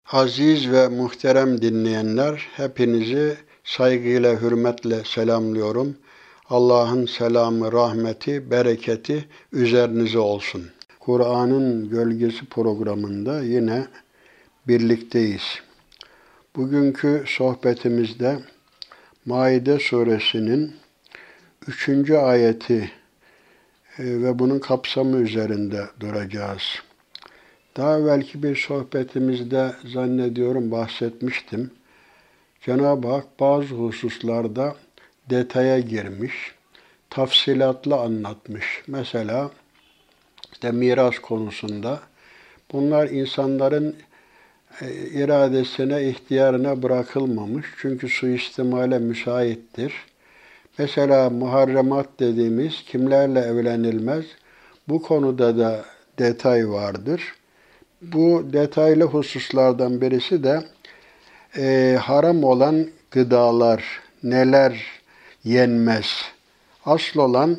Aziz ve muhterem dinleyenler, hepinizi saygıyla, hürmetle selamlıyorum. Allah'ın selamı, rahmeti, bereketi üzerinize olsun. Kur'an'ın Gölgesi programında yine birlikteyiz. Bugünkü sohbetimizde Maide suresinin 3. ayeti ve bunun kapsamı üzerinde duracağız. Daha evvelki bir sohbetimizde zannediyorum bahsetmiştim. Cenab-ı Hak bazı hususlarda detaya girmiş, tafsilatla anlatmış. Mesela işte miras konusunda bunlar insanların iradesine, ihtiyarına bırakılmamış. Çünkü suistimale müsaittir. Mesela muharremat dediğimiz kimlerle evlenilmez, bu konuda da detay vardır. Bu detaylı hususlardan birisi de haram olan gıdalar, neler yenmez. Asıl olan,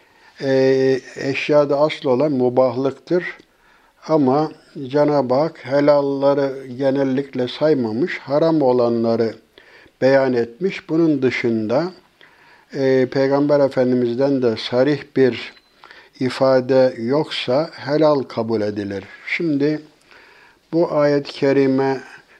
eşyada asıl olan mubahlıktır. Ama Cenab-ı Hak helalları genellikle saymamış, haram olanları beyan etmiş. Bunun dışında Peygamber Efendimiz'den de sarih bir ifade yoksa helal kabul edilir. Şimdi bu ayet-i kerime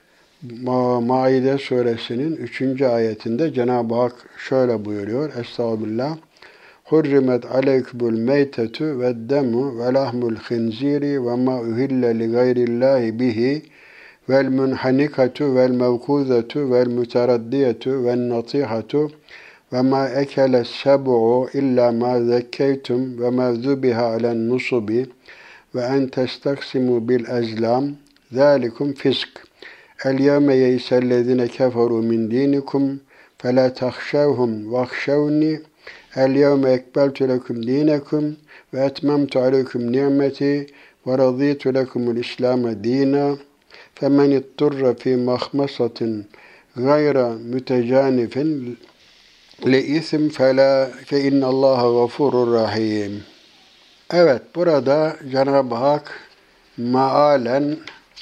Maide suresinin 3. ayetinde Cenab-ı Hak şöyle buyuruyor. Estağfirullah. Hurrimet aleykümül meytetu ve demu ve lahmul khinziri ve ma uhille li gayrillahi bihi vel munhanikatu vel mevkuzetu vel mutaraddiyetu vel natihatu ve ma ekele seb'u illa ma zekkeytum ve ma zubiha alen nusubi ve en testaksimu bil ezlam zalikum fisk. El-yevme yeysellezine keferu min dinikum fela tahşevhum vahşevni el-yevme ekbeltu lekum dinekum ve etmemtu aleykum ni'meti ve raditu lekumul İslam'e dina femen itturra fi mahmasatin gayra mütecanifin le'ism fe innallaha gafurur rahim. Evet, burada Cenab-ı Hak mealen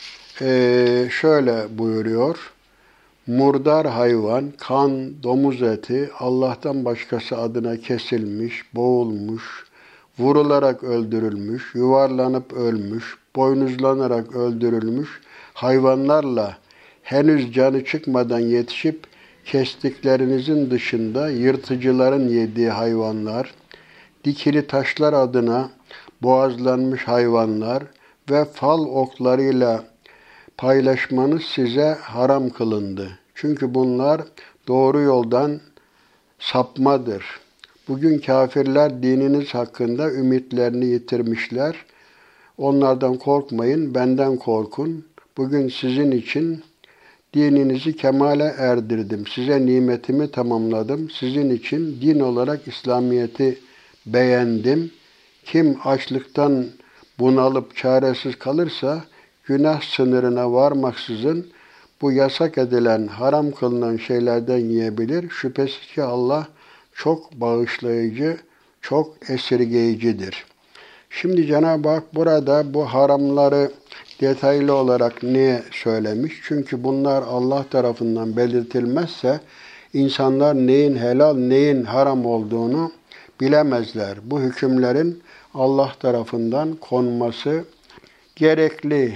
şöyle buyuruyor. Murdar hayvan, kan, domuz eti Allah'tan başkası adına kesilmiş, boğulmuş, vurularak öldürülmüş, yuvarlanıp ölmüş, boynuzlanarak öldürülmüş hayvanlarla henüz canı çıkmadan yetişip kestiklerinizin dışında yırtıcıların yediği hayvanlar, dikili taşlar adına boğazlanmış hayvanlar ve fal oklarıyla paylaşmanız size haram kılındı. Çünkü bunlar doğru yoldan sapmadır. Bugün kafirler dininiz hakkında ümitlerini yitirmişler. Onlardan korkmayın, benden korkun. Bugün sizin için dininizi kemale erdirdim. Size nimetimi tamamladım. Sizin için din olarak İslamiyet'i beğendim. Kim açlıktan bunalıp çaresiz kalırsa günah sınırına varmaksızın bu yasak edilen, haram kılınan şeylerden yiyebilir. Şüphesiz ki Allah çok bağışlayıcı, çok esirgeyicidir. Şimdi Cenab-ı Hak burada bu haramları detaylı olarak niye söylemiş? Çünkü bunlar Allah tarafından belirtilmezse insanlar neyin helal, neyin haram olduğunu bilemezler. Bu hükümlerin Allah tarafından konması gerekli.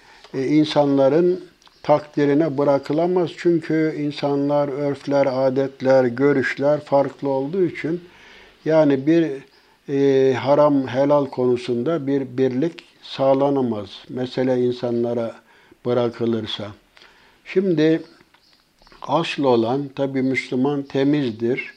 İnsanların takdirine bırakılamaz. Çünkü insanlar, örfler, adetler, görüşler farklı olduğu için yani bir haram, helal konusunda bir birlik sağlanamaz. Mesele insanlara bırakılırsa. Şimdi asıl olan tabi Müslüman temizdir.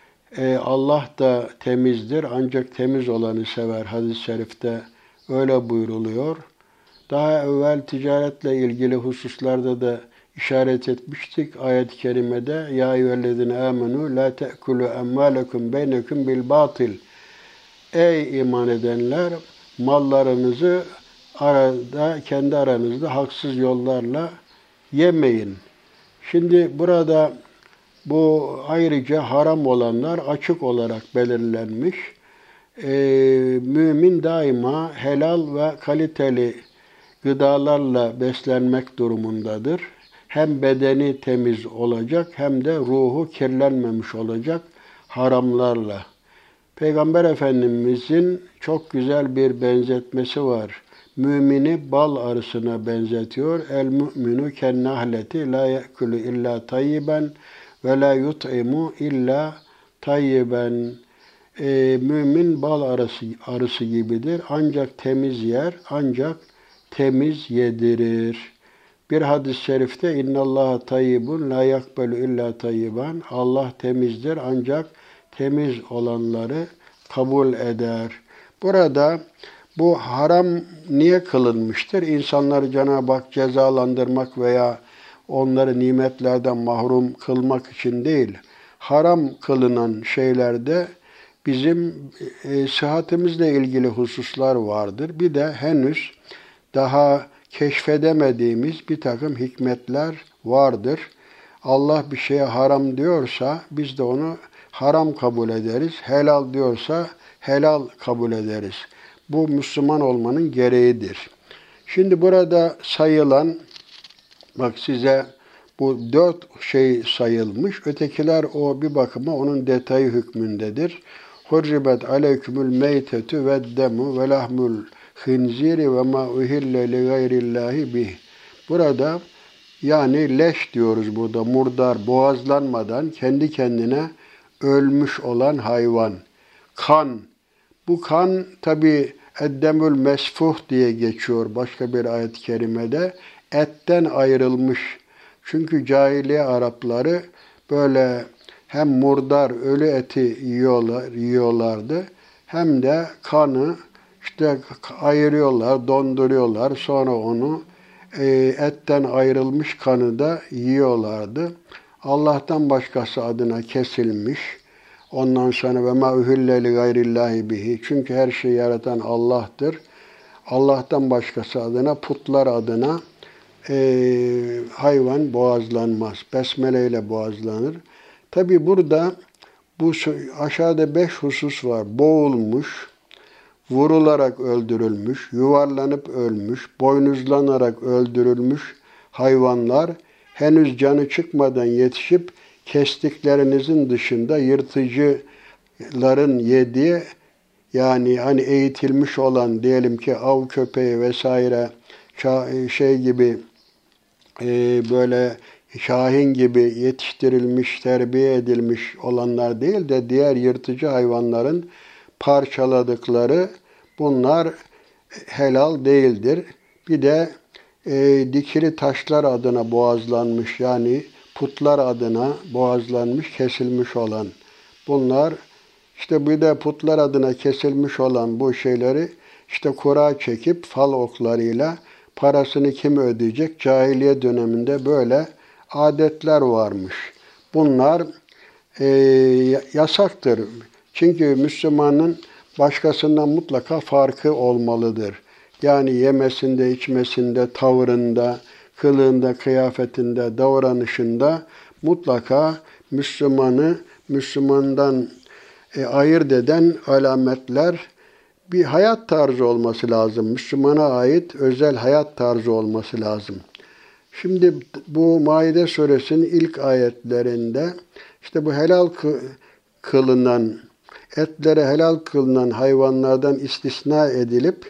Allah da temizdir ancak temiz olanı sever. Hadis-i şerifte öyle buyruluyor. Daha evvel ticaretle ilgili hususlarda da işaret etmiştik ayet-i kerimede. Ya eyyühellezine amenu la te'kulu emmâlekum beynekum bil batil. Ey iman edenler, mallarınızı kendi aranızda haksız yollarla yemeyin. Şimdi burada bu ayrıca haram olanlar açık olarak belirlenmiş. Mümin daima helal ve kaliteli gıdalarla beslenmek durumundadır. Hem bedeni temiz olacak hem de ruhu kirlenmemiş olacak haramlarla. Peygamber Efendimizin çok güzel bir benzetmesi var. Mümini bal arısına benzetiyor. El müminu kennahleti la ye'kulu illa tayyiben ve la yut'imu illa tayyiben. Mümin bal arısı gibidir. Ancak temiz yer, ancak temiz yedirir. Bir hadis-i şerifte innallaha tayyibun la yakbelu illa tayyiban. Allah temizdir ancak temiz olanları kabul eder. Burada bu haram niye kılınmıştır? İnsanları Cenab-ı Hak cezalandırmak veya onları nimetlerden mahrum kılmak için değil. Haram kılınan şeylerde bizim sıhhatimizle ilgili hususlar vardır. Bir de henüz daha keşfedemediğimiz bir takım hikmetler vardır. Allah bir şeye haram diyorsa biz de onu haram kabul ederiz. Helal diyorsa helal kabul ederiz. Bu Müslüman olmanın gereğidir. Şimdi burada sayılan, bak size bu 4 şey sayılmış. Ötekiler o bir bakıma onun detayı hükmündedir. Hurribet aleykümül meytetü ve demu ve lahmül hınziri ve ma uhille li gayrillahi bih. Burada yani leş diyoruz burada, murdar, boğazlanmadan kendi kendine ölmüş olan hayvan. Kan. Bu kan tabi eddemül mesfuh diye geçiyor başka bir ayet-i kerimede. Etten ayrılmış. Çünkü cahiliye Arapları böyle hem murdar, ölü eti yiyorlardı. Hem de kanı işte ayırıyorlar, donduruyorlar. Sonra onu etten ayrılmış kanı da yiyorlardı. Allah'tan başkası adına kesilmiş. Ondan sonra ve ma uhille li gayrillahi bihi. Çünkü her şeyi yaratan Allah'tır. Allah'tan başkası adına, putlar adına hayvan boğazlanmaz. Besmele ile boğazlanır. Tabi burada bu aşağıda 5 husus var. Boğulmuş, vurularak öldürülmüş, yuvarlanıp ölmüş, boynuzlanarak öldürülmüş hayvanlar henüz canı çıkmadan yetişip kestiklerinizin dışında yırtıcıların yediği, yani hani eğitilmiş olan diyelim ki av köpeği vesaire şey gibi böyle şahin gibi yetiştirilmiş, terbiye edilmiş olanlar değil de diğer yırtıcı hayvanların parçaladıkları bunlar helal değildir. Bir de dikili taşlar adına boğazlanmış yani putlar adına boğazlanmış, kesilmiş olan bunlar işte bir de putlar adına kesilmiş olan bu şeyleri işte kura çekip fal oklarıyla parasını kim ödeyecek? Cahiliye döneminde böyle adetler varmış. Bunlar yasaktır. Çünkü Müslümanın başkasından mutlaka farkı olmalıdır. Yani yemesinde, içmesinde, tavırında, kılığında, kıyafetinde, davranışında mutlaka Müslümandan ayırt eden alametler bir hayat tarzı olması lazım. Müslümana ait özel hayat tarzı olması lazım. Şimdi bu Maide suresinin ilk ayetlerinde işte bu helal kılınan, etlere helal kılınan hayvanlardan istisna edilip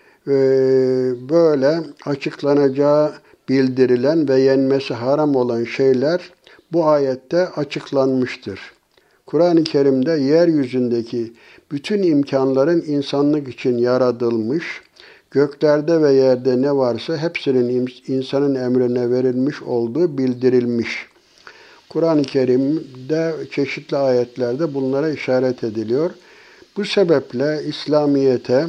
böyle açıklanacağı bildirilen ve yenmesi haram olan şeyler bu ayette açıklanmıştır. Kur'an-ı Kerim'de yeryüzündeki bütün imkanların insanlık için yaratılmış, göklerde ve yerde ne varsa hepsinin insanın emrine verilmiş olduğu bildirilmiş. Kur'an-ı Kerim'de çeşitli ayetlerde bunlara işaret ediliyor. Bu sebeple İslamiyet'te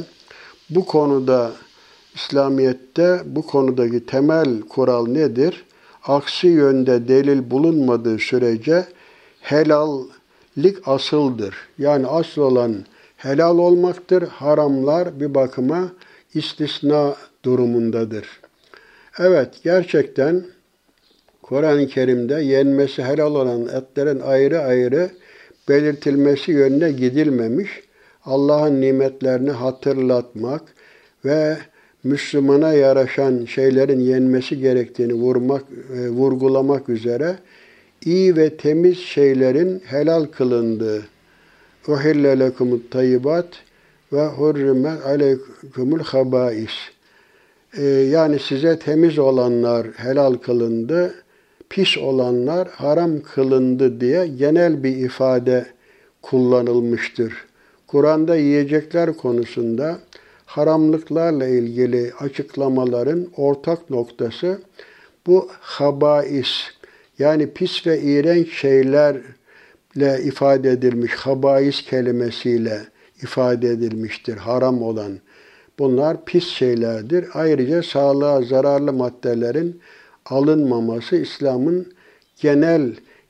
bu konudaki temel kural nedir? Aksi yönde delil bulunmadığı sürece helallik asıldır. Yani asıl olan helal olmaktır. Haramlar bir bakıma istisna durumundadır. Evet, gerçekten Kur'an-ı Kerim'de yenmesi helal olan etlerin ayrı ayrı belirtilmesi yönüne gidilmemiş. Allah'ın nimetlerini hatırlatmak ve Müslümana yaraşan şeylerin yenmesi gerektiğini vurgulamak üzere iyi ve temiz şeylerin helal kılındığı uhille lekumut tayyibat ve hurrimet aleykumul habais. Yani size temiz olanlar helal kılındı, pis olanlar haram kılındı diye genel bir ifade kullanılmıştır. Kur'an'da yiyecekler konusunda haramlıklarla ilgili açıklamaların ortak noktası bu habais, yani pis ve iğrenç şeylerle ifade edilmiş, habais kelimesiyle ifade edilmiştir, haram olan. Bunlar pis şeylerdir. Ayrıca sağlığa zararlı maddelerin alınmaması İslam'ın genel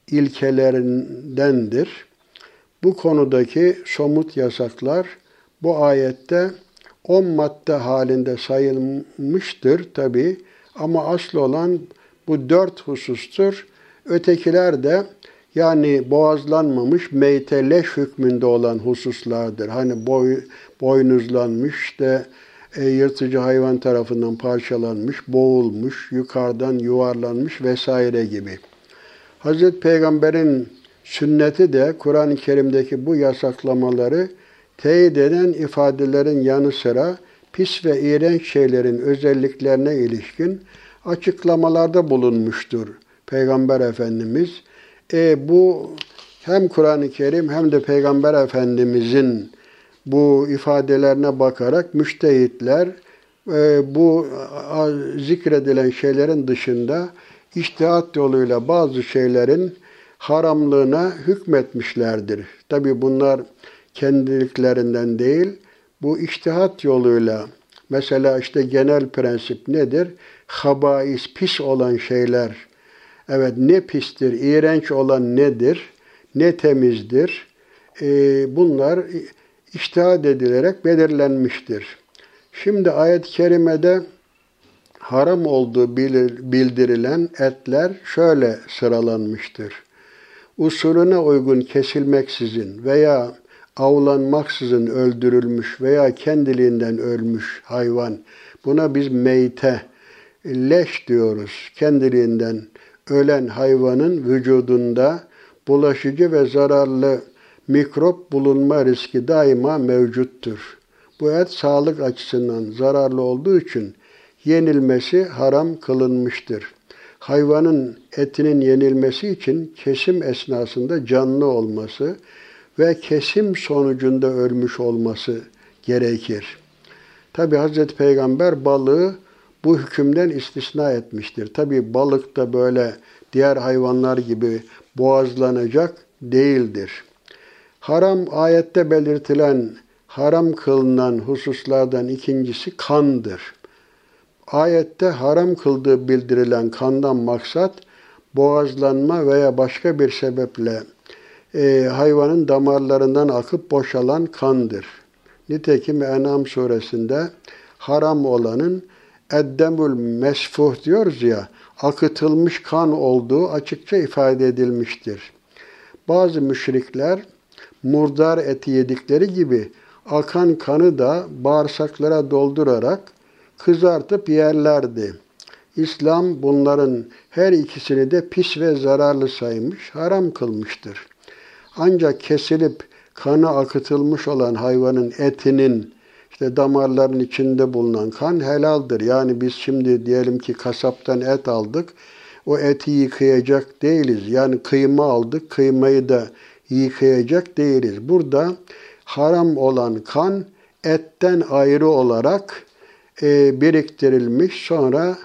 ilkelerindendir. Bu konudaki somut yasaklar bu ayette 10 madde halinde sayılmıştır tabi, ama asıl olan bu 4 husustur. Ötekiler de yani boğazlanmamış, meyteleş hükmünde olan hususlardır. Hani boynuzlanmış de yırtıcı hayvan tarafından parçalanmış, boğulmuş, yukarıdan yuvarlanmış vesaire gibi. Hazreti Peygamber'in sünneti de Kur'an-ı Kerim'deki bu yasaklamaları teyit eden ifadelerin yanı sıra pis ve iğrenç şeylerin özelliklerine ilişkin açıklamalarda bulunmuştur Peygamber Efendimiz. Bu hem Kur'an-ı Kerim hem de Peygamber Efendimizin bu ifadelerine bakarak müştehitler bu zikredilen şeylerin dışında içtihat yoluyla bazı şeylerin haramlığına hükmetmişlerdir. Tabi bunlar kendiliklerinden değil, bu içtihat yoluyla, mesela işte genel prensip nedir? Habais, pis olan şeyler. Evet, ne pistir, iğrenç olan nedir, ne temizdir? Bunlar içtihat edilerek belirlenmiştir. Şimdi ayet-i kerimede haram olduğu bildirilen etler şöyle sıralanmıştır. Usulüne uygun kesilmeksizin veya avlanmaksızın öldürülmüş veya kendiliğinden ölmüş hayvan, buna biz meyte, leş diyoruz. Kendiliğinden ölen hayvanın vücudunda bulaşıcı ve zararlı mikrop bulunma riski daima mevcuttur. Bu et sağlık açısından zararlı olduğu için yenilmesi haram kılınmıştır. Hayvanın etinin yenilmesi için kesim esnasında canlı olması ve kesim sonucunda ölmüş olması gerekir. Tabi Hazreti Peygamber balığı bu hükümden istisna etmiştir. Tabi balık da böyle diğer hayvanlar gibi boğazlanacak değildir. Haram, ayette belirtilen haram kılınan hususlardan ikincisi kandır. Ayette haram kıldığı bildirilen kandan maksat boğazlanma veya başka bir sebeple hayvanın damarlarından akıp boşalan kandır. Nitekim En'am suresinde haram olanın eddemül mesfuh diyoruz ya, akıtılmış kan olduğu açıkça ifade edilmiştir. Bazı müşrikler murdar eti yedikleri gibi akan kanı da bağırsaklara doldurarak kızartıp yerlerdi. İslam bunların her ikisini de pis ve zararlı saymış, haram kılmıştır. Ancak kesilip kanı akıtılmış olan hayvanın etinin, işte damarların içinde bulunan kan helaldir. Yani biz şimdi diyelim ki kasaptan et aldık, o eti yıkayacak değiliz. Yani kıyma aldık, kıymayı da yıkayacak değiliz. Burada haram olan kan etten ayrı olarak biriktirilmiş, sonra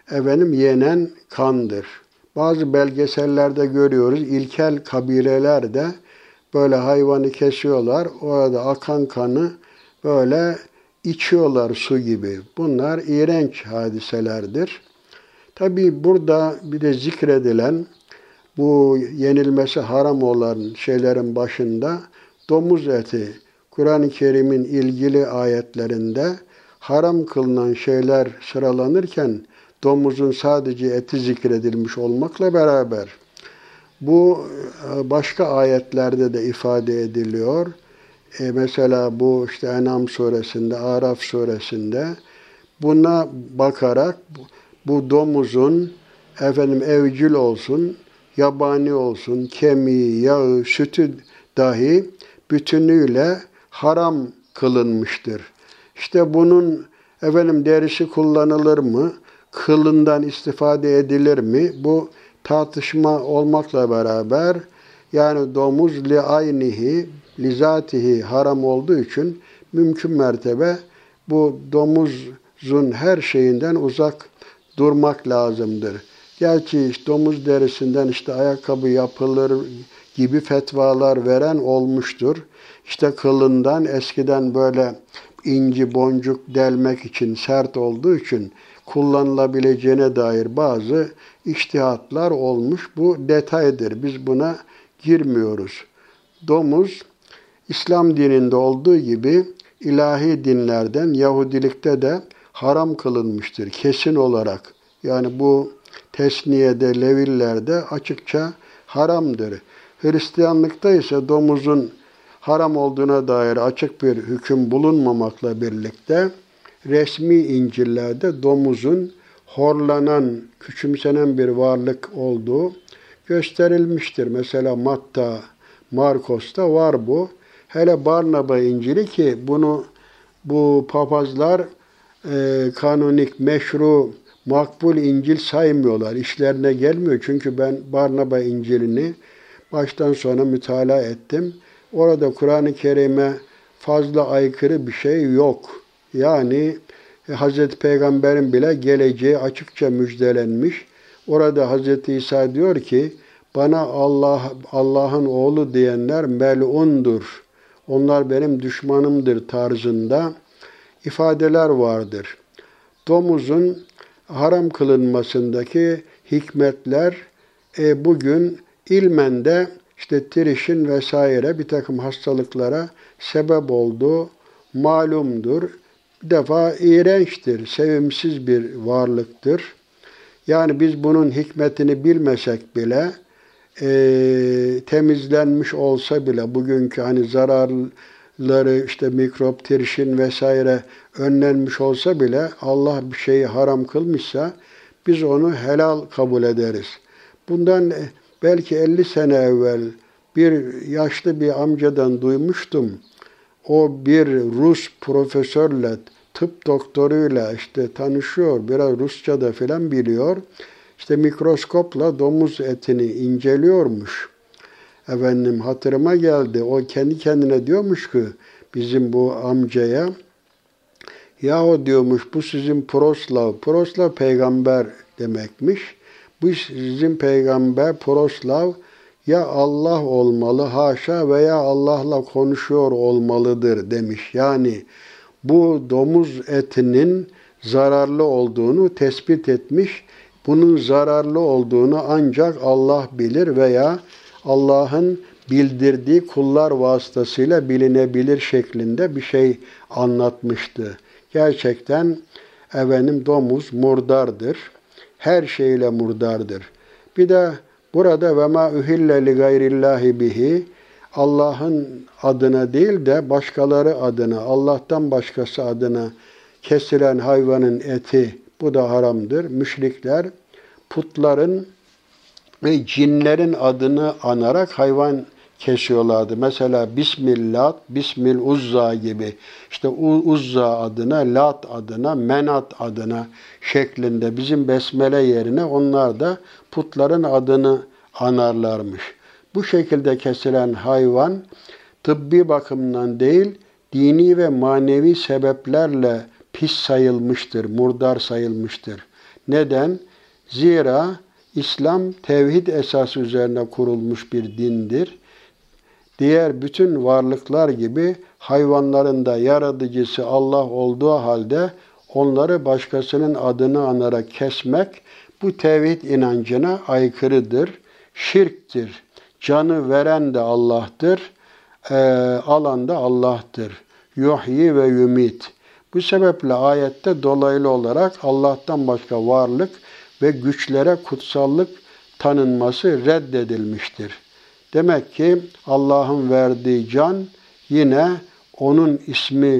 yenen kandır. Bazı belgesellerde görüyoruz, ilkel kabileler de böyle hayvanı kesiyorlar, orada akan kanı böyle içiyorlar su gibi. Bunlar iğrenç hadiselerdir. Tabi burada bir de zikredilen, bu yenilmesi haram olan şeylerin başında domuz eti, Kur'an-ı Kerim'in ilgili ayetlerinde haram kılınan şeyler sıralanırken domuzun sadece eti zikredilmiş olmakla beraber bu başka ayetlerde de ifade ediliyor. Mesela bu işte En'am suresinde, Araf suresinde buna bakarak bu domuzun evcil olsun, yabani olsun, kemiği, yağı, sütü dahi bütünüyle haram kılınmıştır. İşte bunun derisi kullanılır mı? Kılından istifade edilir mi? Bu tartışma olmakla beraber yani domuz li aynihi, li zatihi haram olduğu için mümkün mertebe bu domuzun her şeyinden uzak durmak lazımdır. Gerçi domuz derisinden ayakkabı yapılır gibi fetvalar veren olmuştur. Kılından eskiden böyle inci boncuk delmek için sert olduğu için kullanılabileceğine dair bazı içtihatlar olmuş. Bu detaydır. Biz buna girmiyoruz. Domuz, İslam dininde olduğu gibi ilahi dinlerden Yahudilikte de haram kılınmıştır kesin olarak. Yani bu tesniyede, levillerde açıkça haramdır. Hristiyanlıkta ise domuzun haram olduğuna dair açık bir hüküm bulunmamakla birlikte resmi İncil'lerde domuzun horlanan, küçümsenen bir varlık olduğu gösterilmiştir. Mesela Matta, Markos'ta var bu. Hele Barnaba İncil'i ki bu papazlar kanonik, meşru, makbul İncil saymıyorlar. İşlerine gelmiyor. Çünkü ben Barnaba İncil'ini baştan sona mütalaa ettim. Orada Kur'an-ı Kerim'e fazla aykırı bir şey yok. Yani Hazreti Peygamber'in bile geleceği açıkça müjdelenmiş. Orada Hazreti İsa diyor ki, bana Allah'ın oğlu diyenler melundur. Onlar benim düşmanımdır tarzında ifadeler vardır. Domuzun haram kılınmasındaki hikmetler bugün ilmen de trişin vesaire bir takım hastalıklara sebep olduğu malumdur. Bir defa iğrençtir, sevimsiz bir varlıktır. Yani biz bunun hikmetini bilmesek bile, temizlenmiş olsa bile bugünkü zararları mikrop, trişin vesaire önlenmiş olsa bile Allah bir şeyi haram kılmışsa biz onu helal kabul ederiz. Bundan belki 50 sene evvel bir yaşlı bir amcadan duymuştum. O bir Rus profesörle, tıp doktoruyla tanışıyor. Biraz Rusça da filan biliyor. Mikroskopla domuz etini inceliyormuş. Hatırıma geldi. O kendi kendine diyormuş ki bizim bu amcaya, yahu diyormuş bu sizin Proslav. Proslav peygamber demekmiş. Bu sizin peygamber Proslav ya Allah olmalı haşa veya Allah'la konuşuyor olmalıdır demiş. Yani bu domuz etinin zararlı olduğunu tespit etmiş. Bunun zararlı olduğunu ancak Allah bilir veya Allah'ın bildirdiği kullar vasıtasıyla bilinebilir şeklinde bir şey anlatmıştı. Gerçekten domuz murdardır. Her şeyle murdardır. Bir de burada ve ma uhille li gayrillahi bihi, Allah'ın adına değil de başkaları adına, Allah'tan başkası adına kesilen hayvanın eti, bu da haramdır. Müşrikler putların ve cinlerin adını anarak hayvan kesiyorlardı. Mesela Bismillah, Bismil Uzza gibi Uzza adına, Lat adına, Menat adına şeklinde bizim besmele yerine onlar da putların adını anarlarmış. Bu şekilde kesilen hayvan tıbbi bakımdan değil, dini ve manevi sebeplerle pis sayılmıştır, murdar sayılmıştır. Neden? Zira İslam tevhid esası üzerine kurulmuş bir dindir. Diğer bütün varlıklar gibi hayvanların da yaratıcısı Allah olduğu halde onları başkasının adını anarak kesmek bu tevhid inancına aykırıdır, şirktir. Canı veren de Allah'tır, alan da Allah'tır. Yuhyi ve yumit. Bu sebeple ayette dolaylı olarak Allah'tan başka varlık ve güçlere kutsallık tanınması reddedilmiştir. Demek ki Allah'ın verdiği can yine onun ismi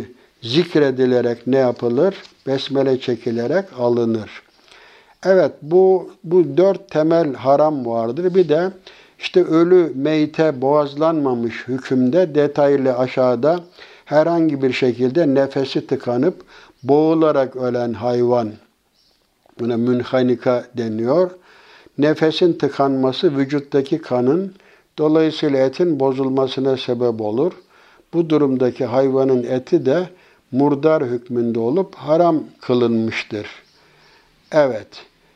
zikredilerek ne yapılır? Besmele çekilerek alınır. Evet, bu dört temel haram vardır. Bir de işte ölü meyte boğazlanmamış hükümde detaylı aşağıda herhangi bir şekilde nefesi tıkanıp boğularak ölen hayvan, buna münhanika deniyor. Nefesin tıkanması vücuttaki kanın, dolayısıyla etin bozulmasına sebep olur. Bu durumdaki hayvanın eti de murdar hükmünde olup haram kılınmıştır. Evet.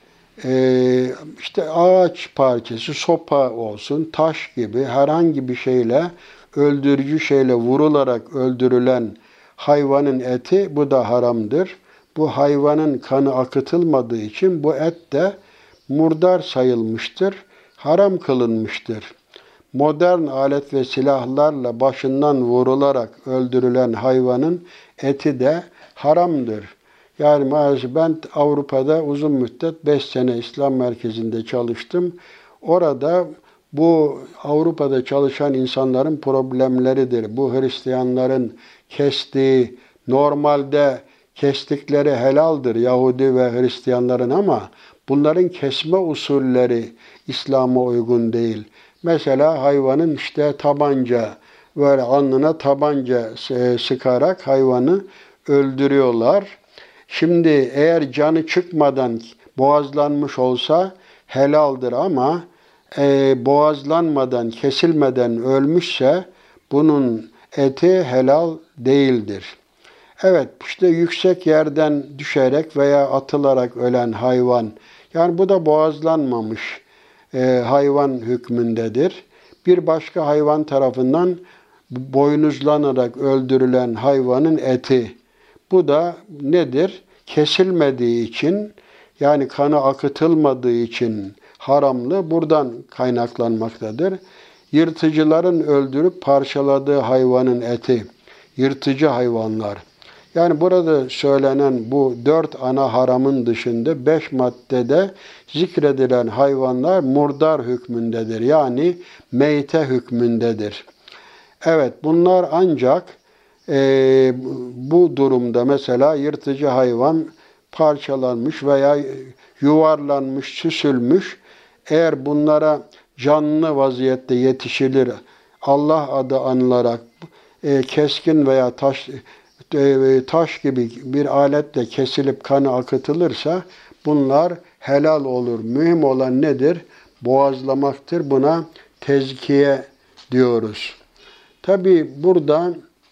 İşte ağaç parçası, sopa olsun, taş gibi herhangi bir şeyle, öldürücü şeyle vurularak öldürülen hayvanın eti, bu da haramdır. Bu hayvanın kanı akıtılmadığı için bu et de murdar sayılmıştır, haram kılınmıştır. Modern alet ve silahlarla başından vurularak öldürülen hayvanın eti de haramdır. Yani maalesef ben Avrupa'da uzun müddet 5 sene İslam merkezinde çalıştım. Orada bu Avrupa'da çalışan insanların problemleridir. Bu Hristiyanların kestiği, normalde kestikleri helaldir Yahudi ve Hristiyanların, ama bunların kesme usulleri İslam'a uygun değil. Mesela hayvanın işte tabanca, böyle alnına tabanca sıkarak hayvanı öldürüyorlar. Şimdi eğer canı çıkmadan boğazlanmış olsa helaldir, ama boğazlanmadan, kesilmeden ölmüşse bunun eti helal değildir. Evet, işte yüksek yerden düşerek veya atılarak ölen hayvan, yani bu da boğazlanmamış hayvan hükmündedir. Bir başka hayvan tarafından boynuzlanarak öldürülen hayvanın eti, bu da nedir? Kesilmediği için, yani kanı akıtılmadığı için haramlı, buradan kaynaklanmaktadır. Yırtıcıların öldürüp parçaladığı hayvanın eti, yırtıcı hayvanlar. Yani burada söylenen bu 4 ana haramın dışında 5 maddede zikredilen hayvanlar murdar hükmündedir. Yani meyte hükmündedir. Evet, bunlar ancak bu durumda mesela yırtıcı hayvan parçalanmış veya yuvarlanmış, süsülmüş. Eğer bunlara canlı vaziyette yetişilir, Allah adı anılarak keskin veya taş gibi bir aletle kesilip kanı akıtılırsa bunlar helal olur. Mühim olan nedir? Boğazlamaktır. Buna tezkiye diyoruz. Tabi burada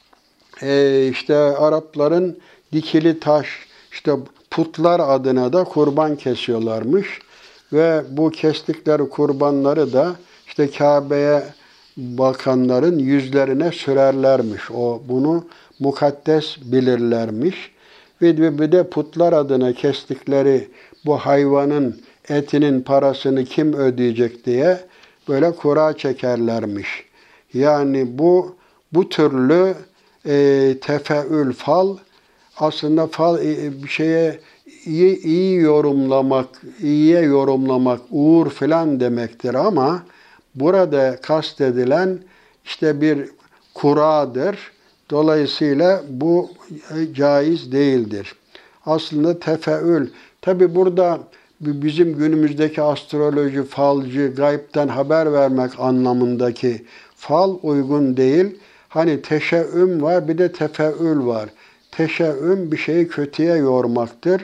işte Arapların dikili taş, işte putlar adına da kurban kesiyorlarmış. Ve bu kestikleri kurbanları da işte Kabe'ye bakanların yüzlerine sürerlermiş. Bunu mukaddes bilirlermiş. Ve bir de putlar adına kestikleri bu hayvanın etinin parasını kim ödeyecek diye böyle kura çekerlermiş. Yani bu türlü tefeül fal, aslında fal bir şeye iyi yorumlamak, iyiye yorumlamak, uğur filan demektir, ama burada kastedilen işte bir kuradır. Dolayısıyla bu caiz değildir. Aslında tefeül, tabi burada bizim günümüzdeki astroloji, falcı, gaybden haber vermek anlamındaki fal uygun değil. Hani teşeüm var, bir de tefeül var. Teşeüm bir şeyi kötüye yormaktır.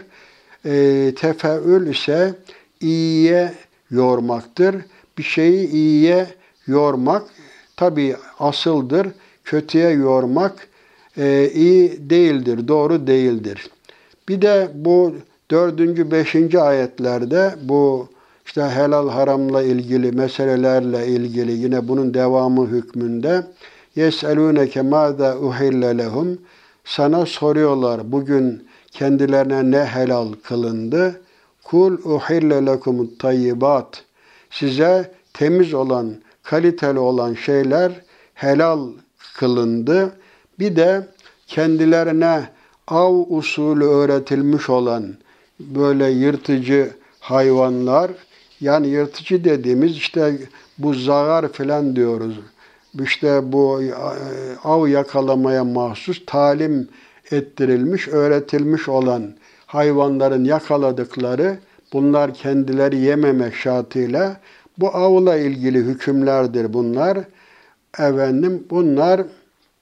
Tefeül ise iyiye yormaktır. Bir şeyi iyiye yormak tabii asıldır. Kötüye yormak iyi değildir, doğru değildir. Bir de bu 4. 5. ayetlerde bu işte helal haramla ilgili meselelerle ilgili yine bunun devamı hükmünde يَسْأَلُونَكَ مَاذَا اُحِلَّ لَهُمْ, sana soruyorlar bugün kendilerine ne helal kılındı? Kul uhille lekumut tayyibat. Size temiz olan, kaliteli olan şeyler helal kılındı. Bir de kendilerine av usulü öğretilmiş olan böyle yırtıcı hayvanlar, yani yırtıcı dediğimiz işte bu zagar filan diyoruz. İşte bu av yakalamaya mahsus talim ettirilmiş, öğretilmiş olan hayvanların yakaladıkları, bunlar kendileri yememek şartıyla, bu avla ilgili hükümlerdir bunlar. Bunlar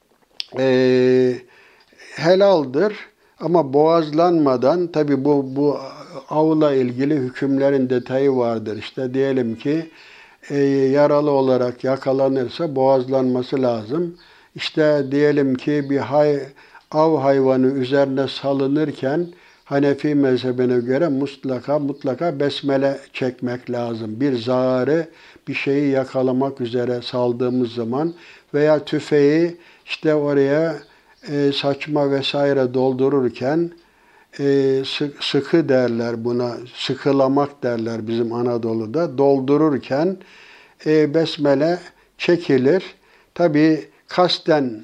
helaldir ama boğazlanmadan, tabi bu avla ilgili hükümlerin detayı vardır. İşte diyelim ki yaralı olarak yakalanırsa boğazlanması lazım. İşte diyelim ki bir av hayvanı üzerine salınırken Hanefi mezhebine göre mutlaka besmele çekmek lazım. Bir zarı, bir şeyi yakalamak üzere saldığımız zaman veya tüfeği işte oraya saçma vesaire doldururken sıkı derler buna, sıkılamak derler bizim Anadolu'da. Doldururken besmele çekilir. Tabi kasten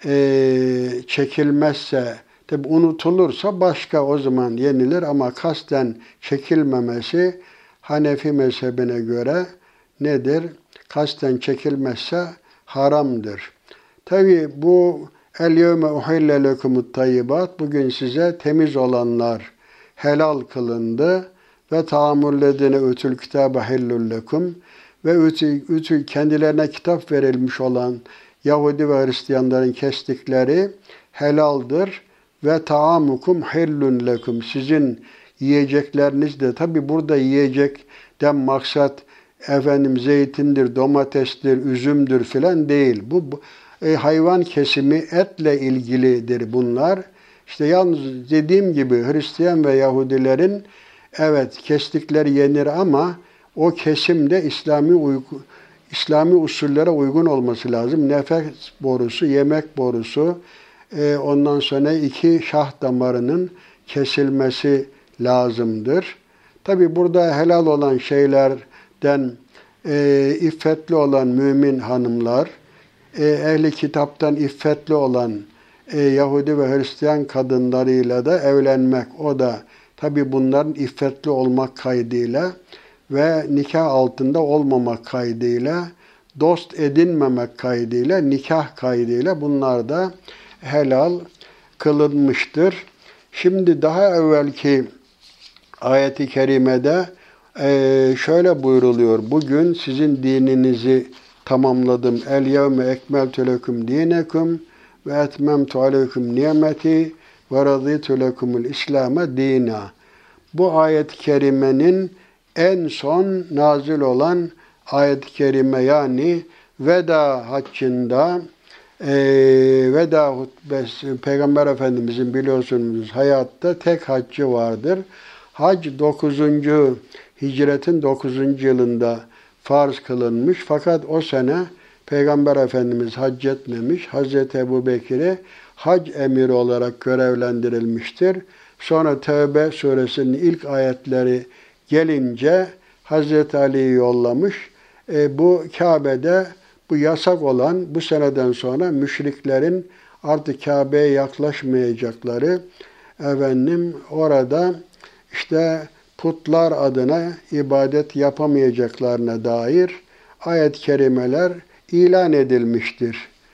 çekilmezse, tabi unutulursa başka, o zaman yenilir ama kasten çekilmemesi Hanefi mezhebine göre nedir? Kasten çekilmezse haramdır. Tabi bu el-yevme uhille lekumut tayyibat, bugün size temiz olanlar helal kılındı ve taamulledine ütül kitabe hillul lekum ve kendilerine kitap verilmiş olan Yahudi ve Hristiyanların kestikleri helaldir ve taamukum hillun lekum, sizin yiyecekleriniz de, tabi burada yiyecekten maksat zeytindir, domatestir, üzümdür filan değil. Bu hayvan kesimi etle ilgilidir bunlar. İşte yalnız dediğim gibi Hristiyan ve Yahudilerin kestikleri yenir ama o kesim de İslami usullere uygun olması lazım. Nefes borusu, yemek borusu, ondan sonra 2 şah damarının kesilmesi lazımdır. Tabi burada helal olan şeylerden iffetli olan mümin hanımlar, ehli kitaptan iffetli olan Yahudi ve Hristiyan kadınlarıyla da evlenmek, o da tabi bunların iffetli olmak kaydıyla ve nikah altında olmamak kaydıyla, dost edinmemek kaydıyla, nikah kaydıyla bunlar da helal kılınmıştır. Şimdi daha evvelki ayet-i kerimede şöyle buyruluyor. Bugün sizin dininizi tamamladım. El yevme ekmeltu lekum dinekum ve etmemtu aleykum nimeti ve raditu lekumul İslam'e dina. Bu ayet-i kerimenin en son nazil olan ayet-i kerime, yani veda haccında veda hutbesi, Peygamber Efendimizin biliyorsunuz hayatta tek haccı vardır. Hac 9. Hicretin 9. yılında farz kılınmış. Fakat o sene Peygamber Efendimiz hac etmemiş. Hazreti Ebubekir'i hac emiri olarak görevlendirilmiştir. Sonra Tevbe suresinin ilk ayetleri gelince Hazreti Ali'yi yollamış. Bu Kabe'de bu yasak olan, bu seneden sonra müşriklerin artık Kabe'ye yaklaşmayacakları, orada işte putlar adına ibadet yapamayacaklarına dair ayet-i kerimeler ilan edilmiştir.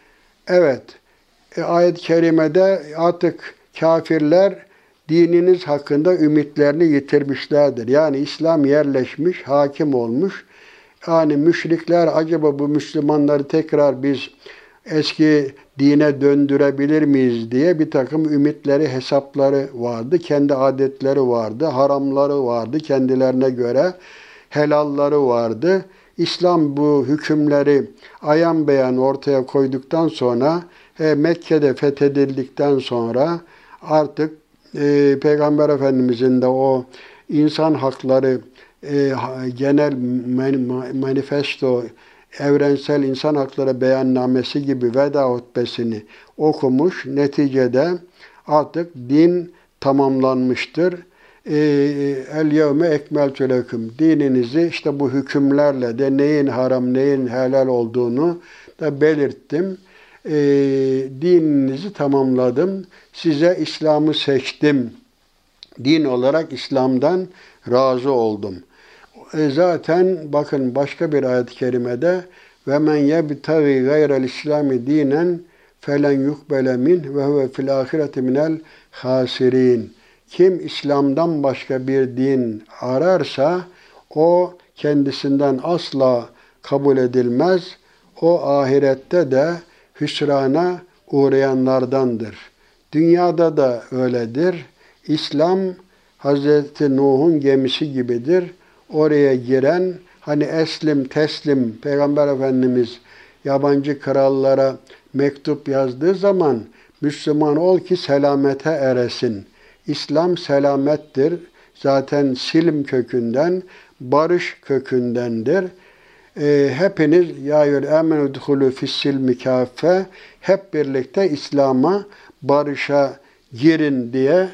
Ayet-i kerimede artık kafirler dininiz hakkında ümitlerini yitirmişlerdir. Yani İslam yerleşmiş, hakim olmuş. Yani müşrikler acaba bu Müslümanları tekrar biz eski dine döndürebilir miyiz diye bir takım ümitleri, hesapları vardı. Kendi adetleri vardı, haramları vardı kendilerine göre, helalları vardı. İslam bu hükümleri ayan beyan ortaya koyduktan sonra, Mekke'de fethedildikten sonra artık Peygamber Efendimizin de o insan hakları genel manifesto, evrensel insan hakları beyannamesi gibi veda hutbesini okumuş. Neticede artık din tamamlanmıştır. El yevme ekmeltu leküm. Dininizi işte bu hükümlerle de neyin haram, neyin helal olduğunu da belirttim. Dininizi tamamladım. Size İslam'ı seçtim. Din olarak İslam'dan razı oldum. Zaten bakın başka bir ayet-i kerimede ve men yebtagi gayrel İslami dinen felen yukbele min ve huve fil ahireti minel hasirin. Kim İslam'dan başka bir din ararsa o kendisinden asla kabul edilmez. O ahirette de hüsrana uğrayanlardandır. Dünyada da öyledir. İslam Hazreti Nuh'un gemisi gibidir. Oraya giren hani eslim teslim Peygamber Efendimiz yabancı krallara mektup yazdığı zaman Müslüman ol ki selamete eresin. İslam selamettir. Zaten silm kökünden, barış kökündendir. Hepiniz ya eyyühel âmenû udhulû fissilmi kâffe, hep birlikte İslam'a, barışa girin diye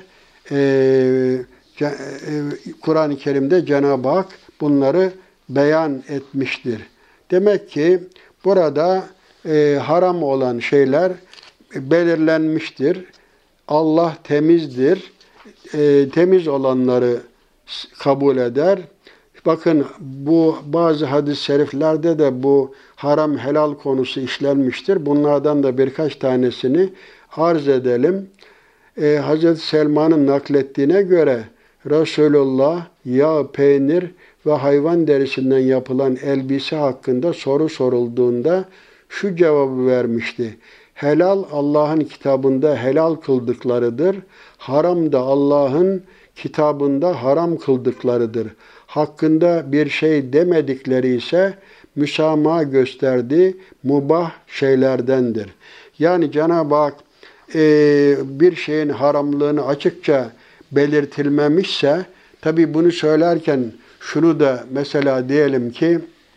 Kur'an-ı Kerim'de Cenab-ı Hak bunları beyan etmiştir. Demek ki burada haram olan şeyler belirlenmiştir. Allah temizdir. Temiz olanları kabul eder. Bakın bu bazı hadis-i şeriflerde de bu haram helal konusu işlenmiştir. Bunlardan da birkaç tanesini arz edelim. Hazreti Selman'ın naklettiğine göre Resulullah yağ, peynir ve hayvan derisinden yapılan elbise hakkında soru sorulduğunda şu cevabı vermişti. Helal Allah'ın kitabında helal kıldıklarıdır. Haram da Allah'ın kitabında haram kıldıklarıdır. Hakkında bir şey demedikleri ise müsamaha gösterdiği mubah şeylerdendir. Yani Cenab-ı Hak bir şeyin haramlığını açıkça belirtilmemişse, tabi bunu söylerken şunu da mesela diyelim ki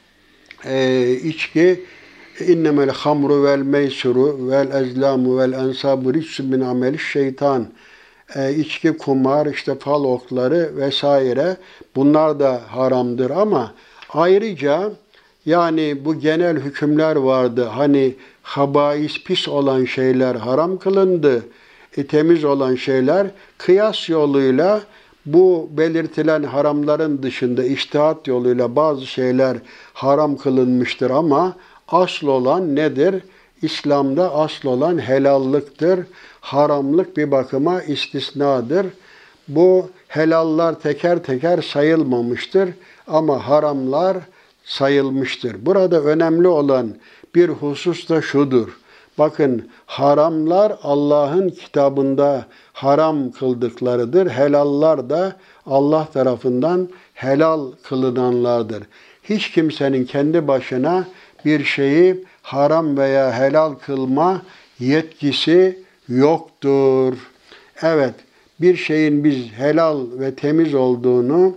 içki innemel hamru vel meysuru vel ezlamu vel ensabu ritsun min ameli şeytan. İçki, kumar, işte fal okları vesaire bunlar da haramdır ama ayrıca yani bu genel hükümler vardı. Hani habais pis olan şeyler haram kılındı. Temiz olan şeyler kıyas yoluyla bu belirtilen haramların dışında içtihat yoluyla bazı şeyler haram kılınmıştır ama asıl olan nedir? İslam'da asıl olan helallıktır. Haramlık bir bakıma istisnadır. Bu helallar teker teker sayılmamıştır ama haramlar sayılmıştır. Burada önemli olan bir husus da şudur. Bakın haramlar Allah'ın kitabında haram kıldıklarıdır. Helallar da Allah tarafından helal kılınanlardır. Hiç kimsenin kendi başına bir şeyi haram veya helal kılma yetkisi yoktur. Evet, bir şeyin biz helal ve temiz olduğunu,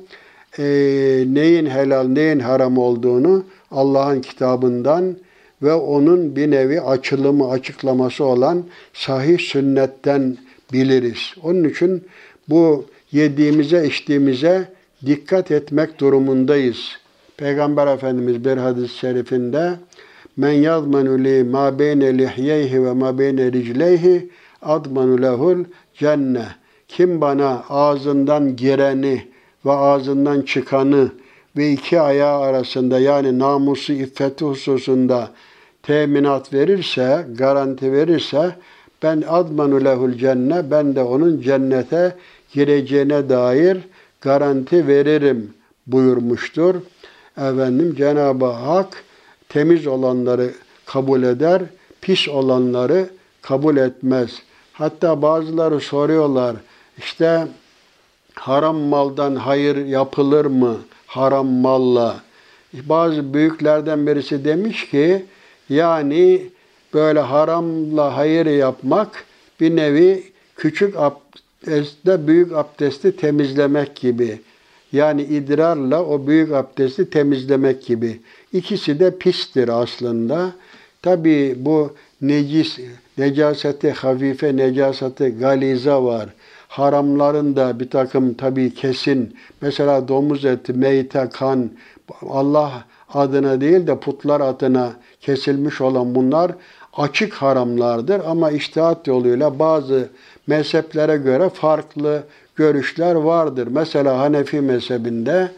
neyin helal, neyin haram olduğunu Allah'ın kitabından ve onun bir nevi açılımı, açıklaması olan sahih sünnetten biliriz. Onun için bu yediğimize, içtiğimize dikkat etmek durumundayız. Peygamber Efendimiz bir hadis-i şerifinde men yazmanu li ma beyne lihyeyhi ve ma beyne ricleyhi admanu lehul cenne. Kim bana ağzından gireni ve ağzından çıkanı ve iki ayağı arasında yani namusu, iffeti hususunda teminat verirse, garanti verirse ben admanu lehul cenne, ben de onun cennete gireceğine dair garanti veririm buyurmuştur. Efendim Cenab-ı Hak temiz olanları kabul eder, pis olanları kabul etmez. Hatta bazıları soruyorlar, işte haram maldan hayır yapılır mı haram malla? Bazı büyüklerden birisi demiş ki, yani böyle haramla hayır yapmak bir nevi küçük abdestle büyük abdesti temizlemek gibi. Yani idrarla o büyük abdesti temizlemek gibi. İkisi de pistir aslında. Tabii bu necaseti hafife, necaseti galiza var. Haramların da bir takım tabii kesin, mesela domuz eti, meyte, kan, Allah adına değil de putlar adına kesilmiş olan bunlar açık haramlardır. Ama içtihat yoluyla bazı mezheplere göre farklı görüşler vardır. Mesela Hanefi mezhebinde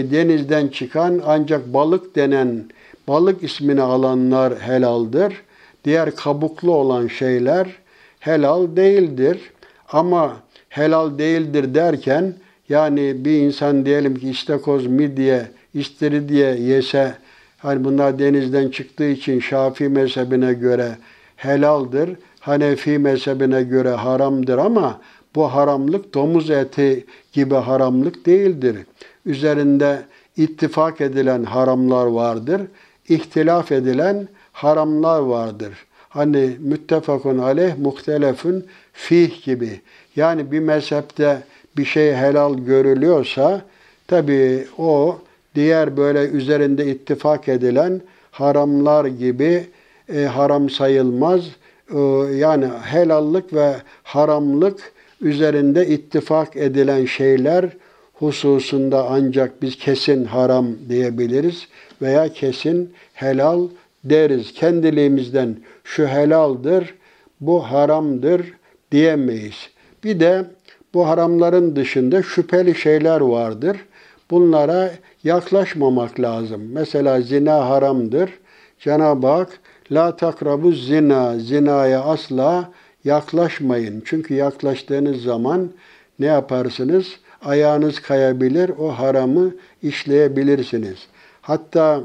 denizden çıkan ancak balık denen, balık ismini alanlar helaldir. diğer kabuklu olan şeyler helal değildir. Ama helal değildir derken yani bir insan diyelim ki istakoz, midye, istiridye yese hani bunlar denizden çıktığı için Şafii mezhebine göre helaldir. Hanefi mezhebine göre haramdır ama bu haramlık domuz eti gibi haramlık değildir. Üzerinde ittifak edilen haramlar vardır. İhtilaf edilen haramlar vardır. Hani müttefakun aleyh, muhtelefün fih gibi. Yani bir mezhepte bir şey helal görülüyorsa tabii o diğer böyle üzerinde ittifak edilen haramlar gibi haram sayılmaz. Yani helallik ve haramlık üzerinde ittifak edilen şeyler hususunda ancak biz kesin haram diyebiliriz veya kesin helal deriz. Kendiliğimizden şu helaldir, bu haramdır diyemeyiz. Bir de bu haramların dışında şüpheli şeyler vardır. Bunlara yaklaşmamak lazım. Mesela zina haramdır. Cenab-ı Hak la takrabu zina, zinaya asla yaklaşmayın. Çünkü yaklaştığınız zaman ne yaparsınız? Ayağınız kayabilir, o haramı işleyebilirsiniz. Hatta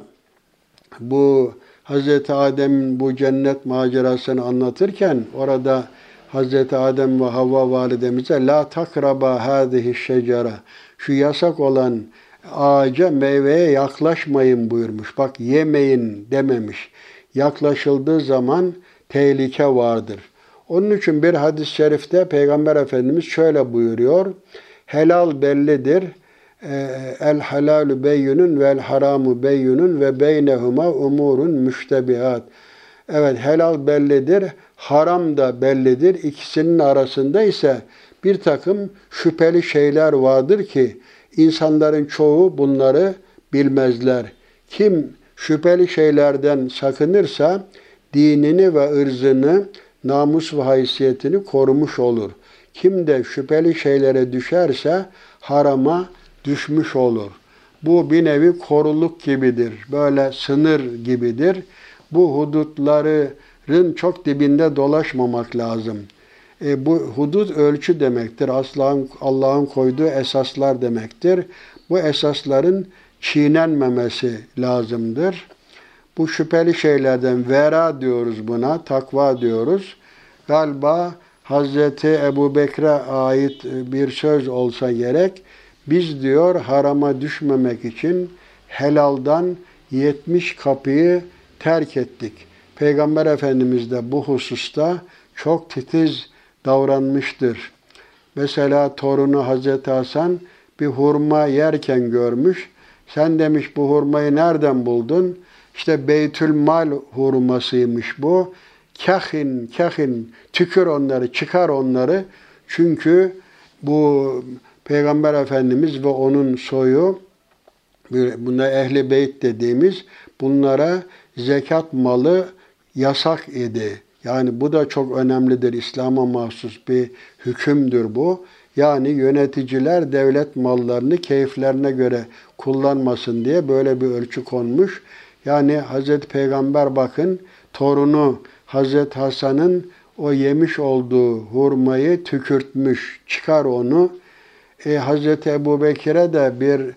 bu Hazreti Adem'in bu cennet macerasını anlatırken orada Hazreti Adem ve Havva validemize la takraba hâzihi şecere, şu yasak olan ağaca, meyveye yaklaşmayın buyurmuş. Bak yemeyin dememiş. Yaklaşıldığı zaman tehlike vardır. Onun için bir hadis-i şerifte Peygamber Efendimiz şöyle buyuruyor. Helal bellidir. El halalu beyyunun vel haramu beyyunun ve beynehuma umurun müştebihat. Evet, helal bellidir, haram da bellidir. İkisinin arasında ise bir takım şüpheli şeyler vardır ki insanların çoğu bunları bilmezler. Kim şüpheli şeylerden sakınırsa dinini ve ırzını, namus ve haysiyetini korumuş olur. Kim de şüpheli şeylere düşerse harama düşmüş olur. Bu bir nevi koruluk gibidir. Böyle sınır gibidir. Bu hudutların çok dibinde dolaşmamak lazım. Bu hudut ölçü demektir. Allah'ın koyduğu esaslar demektir. Bu esasların çiğnenmemesi lazımdır. Bu şüpheli şeylerden vera diyoruz buna, takva diyoruz. Galiba Hazreti Ebubekir'e ait bir söz olsa gerek. Biz diyor harama düşmemek için helaldan 70 kapıyı terk ettik. Peygamber Efendimiz de bu hususta çok titiz davranmıştır. Mesela torunu Hazreti Hasan bir hurma yerken görmüş. Sen demiş bu hurmayı nereden buldun? İşte Beytülmal hurmasıymış bu. Kahin, kahin, tükür onları, çıkar onları. Çünkü bu Peygamber Efendimiz ve onun soyu, bunlar Ehl-i Beyt dediğimiz, bunlara zekat malı yasak idi. Yani bu da çok önemlidir. İslam'a mahsus bir hükümdür bu. Yani yöneticiler devlet mallarını keyiflerine göre kullanmasın diye böyle bir ölçü konmuş. Yani Hazreti Peygamber bakın torunu Hazreti Hasan'ın o yemiş olduğu hurmayı tükürtmüş. Çıkar onu. Hazreti Ebubekir'e de